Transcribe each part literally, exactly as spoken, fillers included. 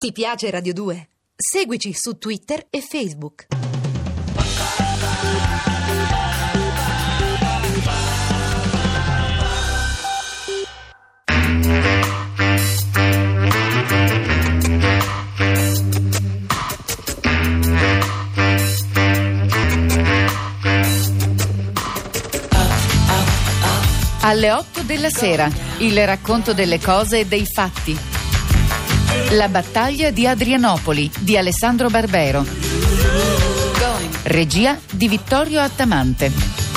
Ti piace Radio due? Seguici su Twitter e Facebook. Alle otto della sera, il racconto delle cose e dei fatti. La battaglia di Adrianopoli di Alessandro Barbero. Regia di Vittorio Attamante.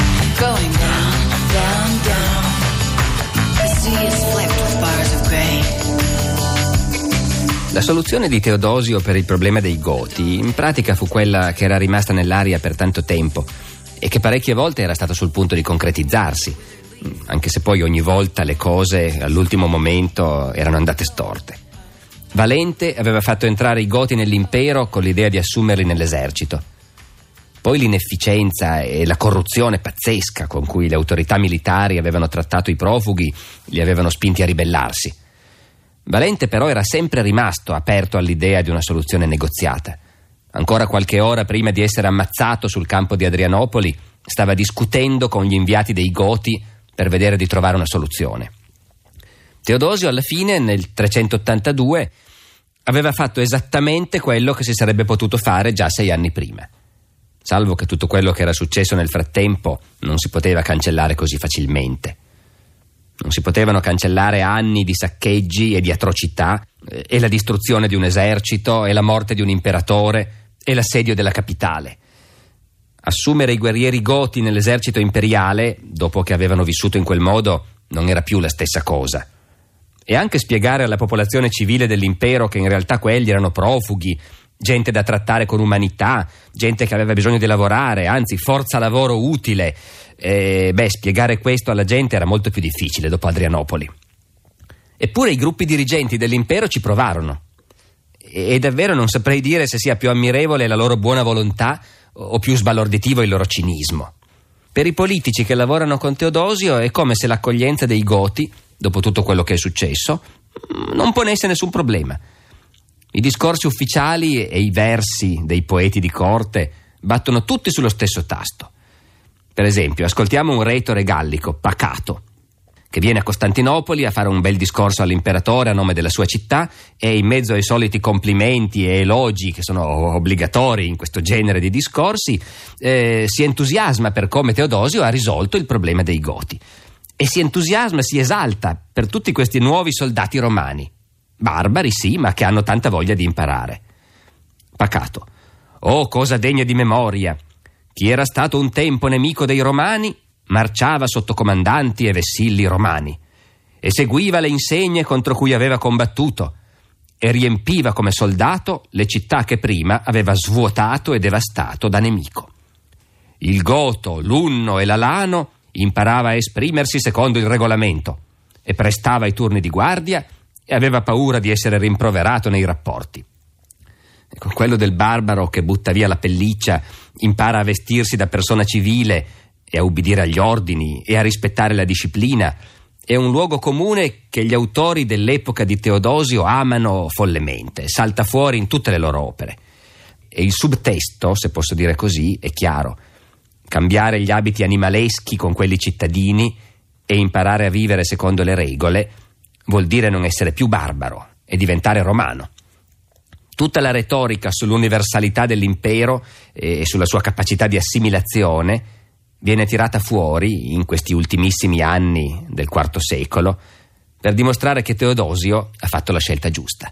La soluzione di Teodosio per il problema dei Goti in pratica fu quella che era rimasta nell'aria per tanto tempo e che parecchie volte era stata sul punto di concretizzarsi, anche se poi ogni volta le cose all'ultimo momento erano andate storte. Valente aveva fatto entrare i Goti nell'impero con l'idea di assumerli nell'esercito. Poi l'inefficienza e la corruzione pazzesca con cui le autorità militari avevano trattato i profughi li avevano spinti a ribellarsi. Valente però era sempre rimasto aperto all'idea di una soluzione negoziata. Ancora qualche ora prima di essere ammazzato sul campo di Adrianopoli stava discutendo con gli inviati dei Goti per vedere di trovare una soluzione. Teodosio alla fine, nel trecentottantadue, aveva fatto esattamente quello che si sarebbe potuto fare già sei anni prima. Salvo che tutto quello che era successo nel frattempo non si poteva cancellare così facilmente. Non si potevano cancellare anni di saccheggi e di atrocità, e la distruzione di un esercito, e la morte di un imperatore, e l'assedio della capitale. Assumere i guerrieri Goti nell'esercito imperiale, dopo che avevano vissuto in quel modo, non era più la stessa cosa. E anche spiegare alla popolazione civile dell'impero che in realtà quelli erano profughi, gente da trattare con umanità, gente che aveva bisogno di lavorare, anzi forza lavoro utile. E, beh, spiegare questo alla gente era molto più difficile dopo Adrianopoli. Eppure i gruppi dirigenti dell'impero ci provarono. E davvero non saprei dire se sia più ammirevole la loro buona volontà o più sbalorditivo il loro cinismo. Per i politici che lavorano con Teodosio è come se l'accoglienza dei Goti, dopo tutto quello che è successo, non ponesse nessun problema. I discorsi ufficiali e i versi dei poeti di corte battono tutti sullo stesso tasto. Per esempio, ascoltiamo un retore gallico, Pacato, che viene a Costantinopoli a fare un bel discorso all'imperatore a nome della sua città e in mezzo ai soliti complimenti e elogi che sono obbligatori in questo genere di discorsi eh, si entusiasma per come Teodosio ha risolto il problema dei Goti. E si entusiasma, si esalta per tutti questi nuovi soldati romani. Barbari, sì, ma che hanno tanta voglia di imparare. Pacato. Oh, cosa degna di memoria! Chi era stato un tempo nemico dei Romani, marciava sotto comandanti e vessilli romani, e seguiva le insegne contro cui aveva combattuto, e riempiva come soldato le città che prima aveva svuotato e devastato da nemico. Il Goto, l'Unno e l'Alano imparava a esprimersi secondo il regolamento e prestava i turni di guardia e aveva paura di essere rimproverato nei rapporti. Con quello del barbaro che butta via la pelliccia impara a vestirsi da persona civile e a ubbidire agli ordini e a rispettare la disciplina è un luogo comune che gli autori dell'epoca di Teodosio amano follemente, salta fuori in tutte le loro opere. E il subtesto, se posso dire così, è chiaro. Cambiare gli abiti animaleschi con quelli cittadini e imparare a vivere secondo le regole vuol dire non essere più barbaro e diventare romano. Tutta la retorica sull'universalità dell'impero e sulla sua capacità di assimilazione viene tirata fuori in questi ultimissimi anni del quarto secolo per dimostrare che Teodosio ha fatto la scelta giusta.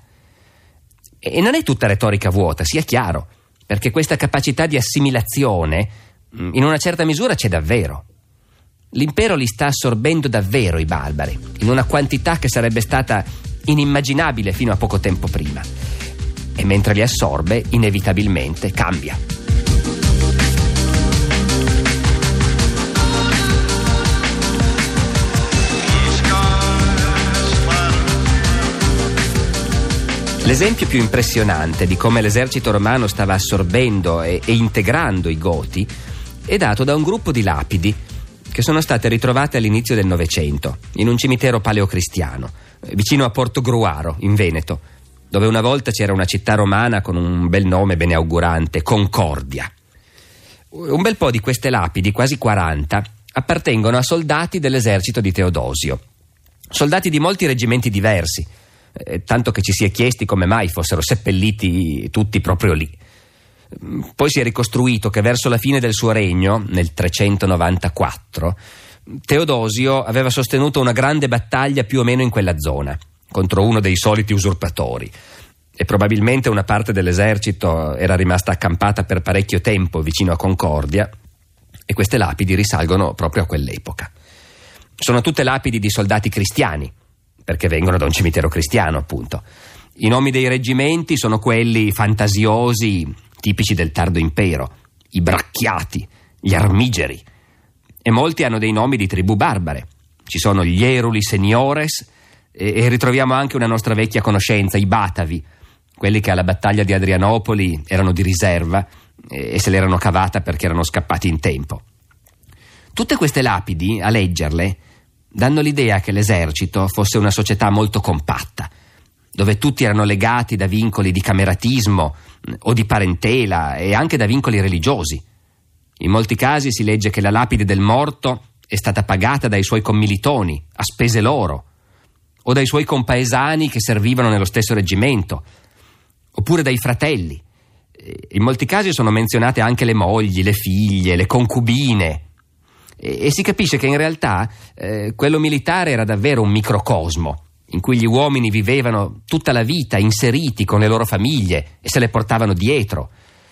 E non è tutta retorica vuota, sia chiaro, perché questa capacità di assimilazione in una certa misura c'è davvero. L'impero li sta assorbendo davvero i barbari, in una quantità che sarebbe stata inimmaginabile fino a poco tempo prima. E mentre li assorbe, inevitabilmente cambia. L'esempio più impressionante di come l'esercito romano stava assorbendo e, e integrando i Goti è dato da un gruppo di lapidi che sono state ritrovate all'inizio del Novecento in un cimitero paleocristiano vicino a Portogruaro, in Veneto. dove una volta c'era una città romana con un bel nome beneaugurante, Concordia. Un bel po' di queste lapidi, quasi quaranta, appartengono a soldati dell'esercito di Teodosio. Soldati di molti reggimenti diversi, eh, tanto che ci si è chiesti come mai fossero seppelliti tutti proprio lì. Poi si è ricostruito che verso la fine del suo regno, nel trecentonovantaquattro, Teodosio aveva sostenuto una grande battaglia più o meno in quella zona, contro uno dei soliti usurpatori, e probabilmente una parte dell'esercito era rimasta accampata per parecchio tempo vicino a Concordia, e queste lapidi risalgono proprio a quell'epoca. Sono tutte lapidi di soldati cristiani, perché vengono da un cimitero cristiano, appunto. I nomi dei reggimenti sono quelli fantasiosi, tipici del tardo impero: i Bracchiati, gli Armigeri, e molti hanno dei nomi di tribù barbare. Ci sono gli Eruli Seniores, e, e ritroviamo anche una nostra vecchia conoscenza, i Batavi, quelli che alla battaglia di Adrianopoli erano di riserva e, e se l'erano cavata perché erano scappati in tempo. Tutte queste lapidi, a leggerle, danno l'idea che l'esercito fosse una società molto compatta, dove tutti erano legati da vincoli di cameratismo o di parentela e anche da vincoli religiosi. In molti casi si legge che la lapide del morto è stata pagata dai suoi commilitoni, a spese loro, o dai suoi compaesani che servivano nello stesso reggimento, oppure dai fratelli. In molti casi sono menzionate anche le mogli, le figlie, le concubine, e, e si capisce che in realtà eh, quello militare era davvero un microcosmo, in cui gli uomini vivevano tutta la vita inseriti con le loro famiglie e se le portavano dietro.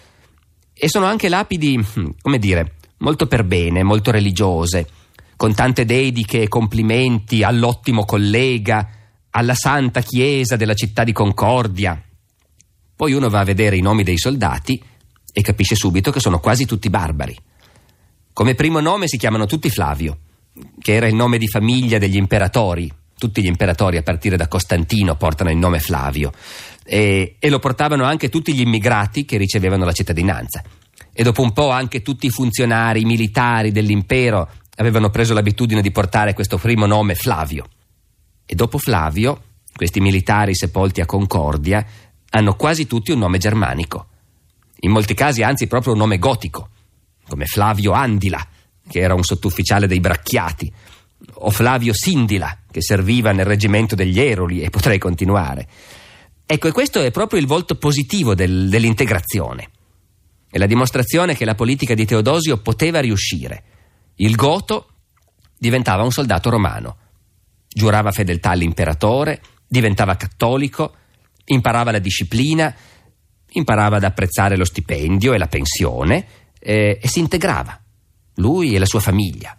E sono anche lapidi, come dire, molto per bene, molto religiose, con tante dediche e complimenti all'ottimo collega, alla santa chiesa della città di Concordia. Poi uno va a vedere i nomi dei soldati e capisce subito che sono quasi tutti barbari. Come primo nome si chiamano tutti Flavio, che era il nome di famiglia degli imperatori. Tutti gli imperatori, a partire da Costantino, portano il nome Flavio, e, e lo portavano anche tutti gli immigrati che ricevevano la cittadinanza. E dopo un po' anche tutti i funzionari militari dell'impero avevano preso l'abitudine di portare questo primo nome Flavio. E dopo Flavio, questi militari sepolti a Concordia hanno quasi tutti un nome germanico. In molti casi anzi proprio un nome gotico, come Flavio Andila, che era un sottufficiale dei Bracchiati, o Flavio Sindila, che serviva nel reggimento degli Eruli, e potrei continuare. Ecco, e questo è proprio il volto positivo del, dell'integrazione. È la dimostrazione che la politica di Teodosio poteva riuscire. Il goto diventava un soldato romano, giurava fedeltà all'imperatore, diventava cattolico, imparava la disciplina, imparava ad apprezzare lo stipendio e la pensione, eh, e si integrava, lui e la sua famiglia.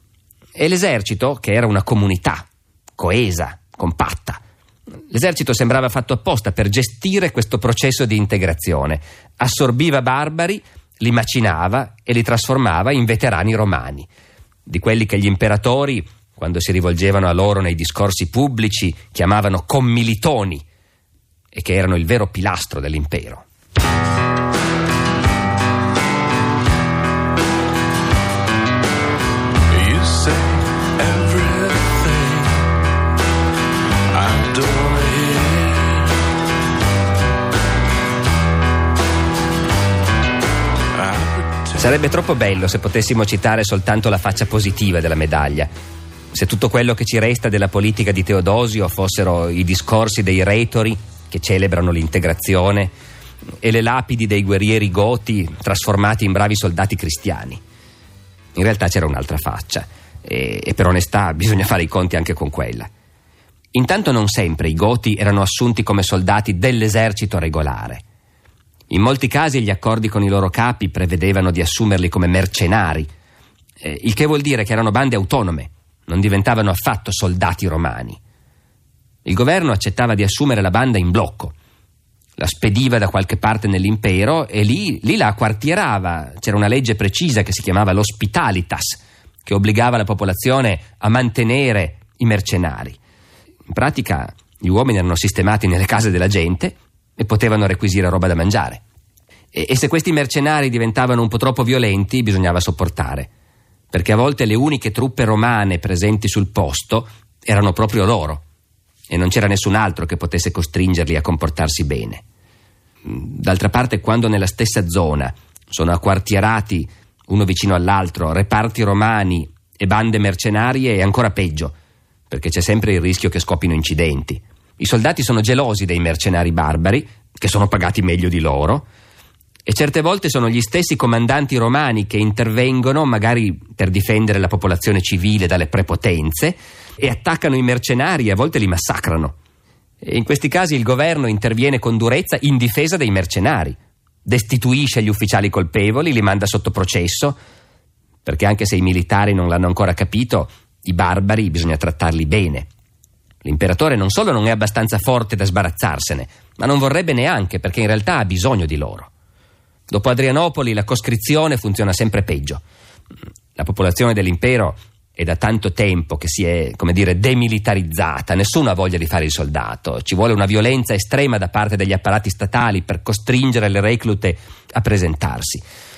E l'esercito, che era una comunità coesa, compatta, l'esercito sembrava fatto apposta per gestire questo processo di integrazione. Assorbiva barbari, li macinava e li trasformava in veterani romani, di quelli che gli imperatori, quando si rivolgevano a loro nei discorsi pubblici, chiamavano commilitoni, e che erano il vero pilastro dell'impero. Sarebbe troppo bello se potessimo citare soltanto la faccia positiva della medaglia, se tutto quello che ci resta della politica di Teodosio fossero i discorsi dei retori che celebrano l'integrazione e le lapidi dei guerrieri goti trasformati in bravi soldati cristiani. In realtà c'era un'altra faccia, e, e per onestà bisogna fare i conti anche con quella. Intanto non sempre i goti erano assunti come soldati dell'esercito regolare. In molti casi gli accordi con i loro capi prevedevano di assumerli come mercenari, eh, il che vuol dire che erano bande autonome, non diventavano affatto soldati romani. Il governo accettava di assumere la banda in blocco, la spediva da qualche parte nell'impero e lì, lì la quartierava. C'era una legge precisa che si chiamava l'hospitalitas, che obbligava la popolazione a mantenere i mercenari. In pratica gli uomini erano sistemati nelle case della gente e potevano requisire roba da mangiare. E, e se questi mercenari diventavano un po' troppo violenti, bisognava sopportare, perché a volte le uniche truppe romane presenti sul posto erano proprio loro, e non c'era nessun altro che potesse costringerli a comportarsi bene. D'altra parte, quando nella stessa zona sono acquartierati uno vicino all'altro reparti romani e bande mercenarie, è ancora peggio, perché c'è sempre il rischio che scoppino incidenti. I soldati sono gelosi dei mercenari barbari, che sono pagati meglio di loro, e certe volte sono gli stessi comandanti romani che intervengono, magari per difendere la popolazione civile dalle prepotenze, e attaccano i mercenari e a volte li massacrano. E in questi casi il governo interviene con durezza in difesa dei mercenari, destituisce gli ufficiali colpevoli, li manda sotto processo, perché anche se i militari non l'hanno ancora capito, i barbari bisogna trattarli bene. L'imperatore non solo non è abbastanza forte da sbarazzarsene, ma non vorrebbe neanche, perché in realtà ha bisogno di loro. Dopo Adrianopoli la coscrizione funziona sempre peggio. La popolazione dell'impero è da tanto tempo che si è, come dire, demilitarizzata, nessuno ha voglia di fare il soldato, ci vuole una violenza estrema da parte degli apparati statali per costringere le reclute a presentarsi.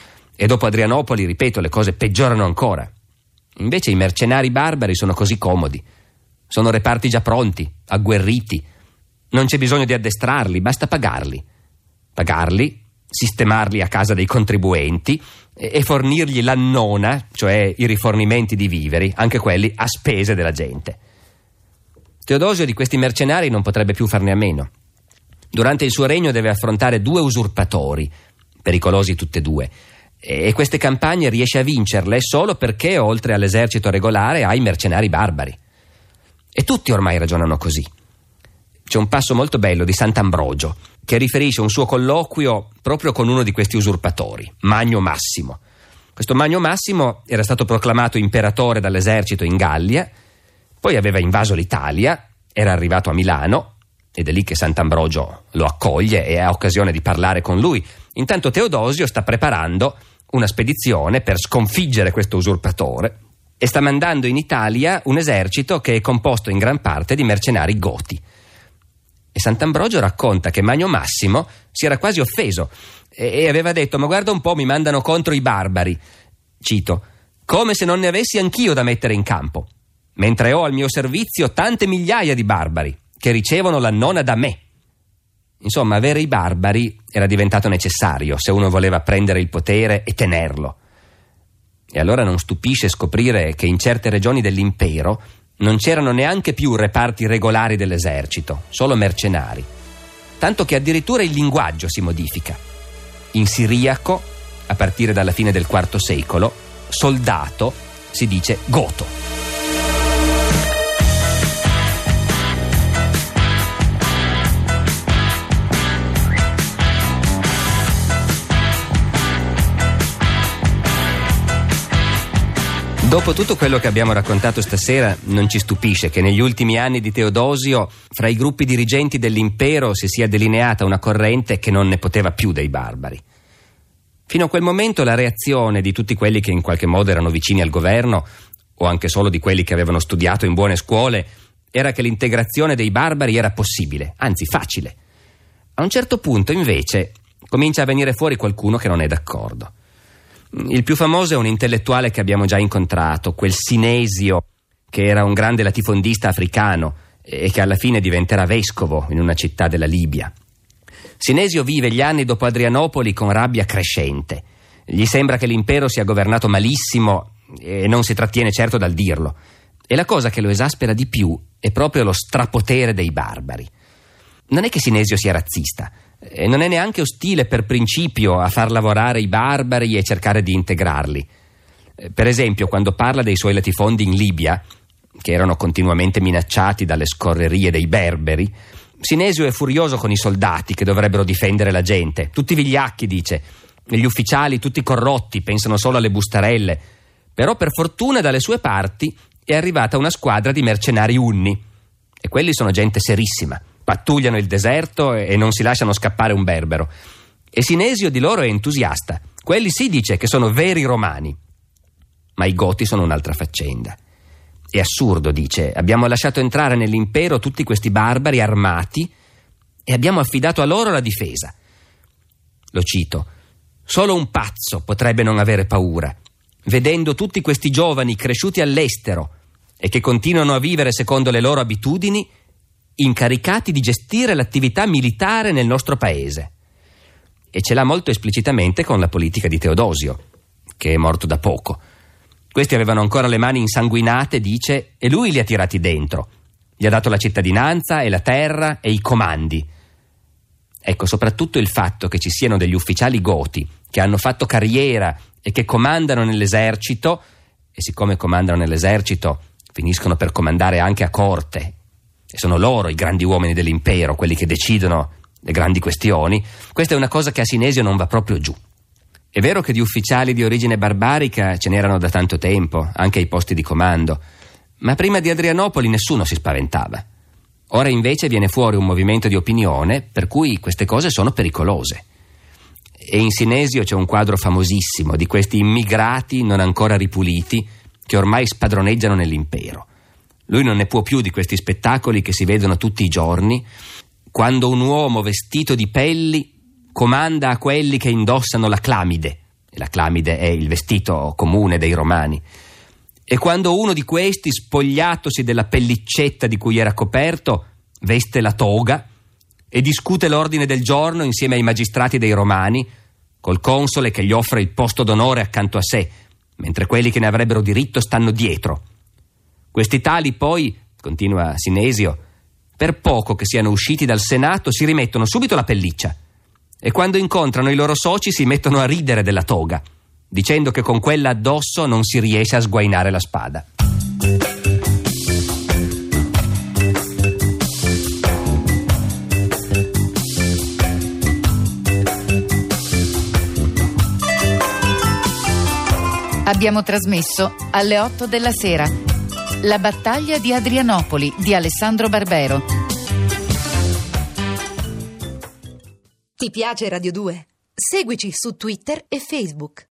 E dopo Adrianopoli, ripeto, le cose peggiorano ancora. Invece i mercenari barbari sono così comodi, sono reparti già pronti, agguerriti, non c'è bisogno di addestrarli, basta pagarli. Pagarli, sistemarli a casa dei contribuenti e fornirgli l'annona, cioè i rifornimenti di viveri, anche quelli a spese della gente. Teodosio di questi mercenari non potrebbe più farne a meno. Durante il suo regno deve affrontare due usurpatori, pericolosi tutte e due, e queste campagne riesce a vincerle solo perché, oltre all'esercito regolare, ha i mercenari barbari. E tutti ormai ragionano così. C'è un passo molto bello di Sant'Ambrogio che riferisce un suo colloquio proprio con uno di questi usurpatori, Magno Massimo. Questo Magno Massimo era stato proclamato imperatore dall'esercito in Gallia, poi aveva invaso l'Italia, era arrivato a Milano, ed è lì che Sant'Ambrogio lo accoglie e ha occasione di parlare con lui. Intanto Teodosio sta preparando una spedizione per sconfiggere questo usurpatore e sta mandando in Italia un esercito che è composto in gran parte di mercenari goti. E Sant'Ambrogio racconta che Magno Massimo si era quasi offeso e aveva detto: ma guarda un po', mi mandano contro i barbari, cito, come se non ne avessi anch'io da mettere in campo, mentre ho al mio servizio tante migliaia di barbari che ricevono l'annona da me. Insomma, avere i barbari era diventato necessario se uno voleva prendere il potere e tenerlo. E allora non stupisce scoprire che in certe regioni dell'impero non c'erano neanche più reparti regolari dell'esercito, solo mercenari. Tanto che addirittura il linguaggio si modifica. In siriaco, a partire dalla fine del quarto secolo, soldato si dice goto. Dopo tutto quello che abbiamo raccontato stasera, non ci stupisce che negli ultimi anni di Teodosio, fra i gruppi dirigenti dell'impero si sia delineata una corrente che non ne poteva più dei barbari. Fino a quel momento la reazione di tutti quelli che in qualche modo erano vicini al governo, o anche solo di quelli che avevano studiato in buone scuole, era che l'integrazione dei barbari era possibile, anzi facile. A un certo punto, invece, comincia a venire fuori qualcuno che non è d'accordo. Il più famoso è un intellettuale che abbiamo già incontrato, quel Sinesio, che era un grande latifondista africano e che alla fine diventerà vescovo in una città della Libia. Sinesio vive gli anni dopo Adrianopoli con rabbia crescente. Gli sembra che l'impero sia governato malissimo e non si trattiene certo dal dirlo. E la cosa che lo esaspera di più è proprio lo strapotere dei barbari. Non è che Sinesio sia razzista, e non è neanche ostile per principio a far lavorare i barbari e cercare di integrarli. Per esempio, quando parla dei suoi latifondi in Libia, che erano continuamente minacciati dalle scorrerie dei berberi, Sinesio è furioso con i soldati che dovrebbero difendere la gente. Tutti vigliacchi, dice, e gli ufficiali tutti corrotti, pensano solo alle bustarelle. Però per fortuna dalle sue parti è arrivata una squadra di mercenari unni, e quelli sono gente serissima. Pattugliano il deserto e non si lasciano scappare un berbero. E Sinesio di loro è entusiasta. Quelli sì, dice, che sono veri romani. Ma i goti sono un'altra faccenda. È assurdo, dice, abbiamo lasciato entrare nell'impero tutti questi barbari armati e abbiamo affidato a loro la difesa. Lo cito: solo un pazzo potrebbe non avere paura, vedendo tutti questi giovani cresciuti all'estero e che continuano a vivere secondo le loro abitudini incaricati di gestire l'attività militare nel nostro paese. E ce l'ha molto esplicitamente con la politica di Teodosio, che è morto da poco. Questi avevano ancora le mani insanguinate, dice, e lui li ha tirati dentro. Gli ha dato la cittadinanza e la terra e i comandi. Ecco, soprattutto il fatto che ci siano degli ufficiali goti che hanno fatto carriera e che comandano nell'esercito, e siccome comandano nell'esercito finiscono per comandare anche a corte, e sono loro i grandi uomini dell'impero, quelli che decidono le grandi questioni, questa è una cosa che a Sinesio non va proprio giù. È vero che di ufficiali di origine barbarica ce n'erano da tanto tempo, anche ai posti di comando, ma prima di Adrianopoli nessuno si spaventava. Ora invece viene fuori un movimento di opinione per cui queste cose sono pericolose. E in Sinesio c'è un quadro famosissimo di questi immigrati non ancora ripuliti che ormai spadroneggiano nell'impero. Lui non ne può più di questi spettacoli che si vedono tutti i giorni, quando un uomo vestito di pelli comanda a quelli che indossano la clamide, e la clamide è il vestito comune dei romani, e quando uno di questi, spogliatosi della pelliccetta di cui era coperto, veste la toga e discute l'ordine del giorno insieme ai magistrati dei romani, col console che gli offre il posto d'onore accanto a sé, mentre quelli che ne avrebbero diritto stanno dietro. Questi tali poi, continua Sinesio, per poco che siano usciti dal Senato si rimettono subito la pelliccia e quando incontrano i loro soci si mettono a ridere della toga, dicendo che con quella addosso non si riesce a sguainare la spada. Abbiamo trasmesso alle otto della sera La battaglia di Adrianopoli di Alessandro Barbero. Ti piace Radio due? Seguici su Twitter e Facebook.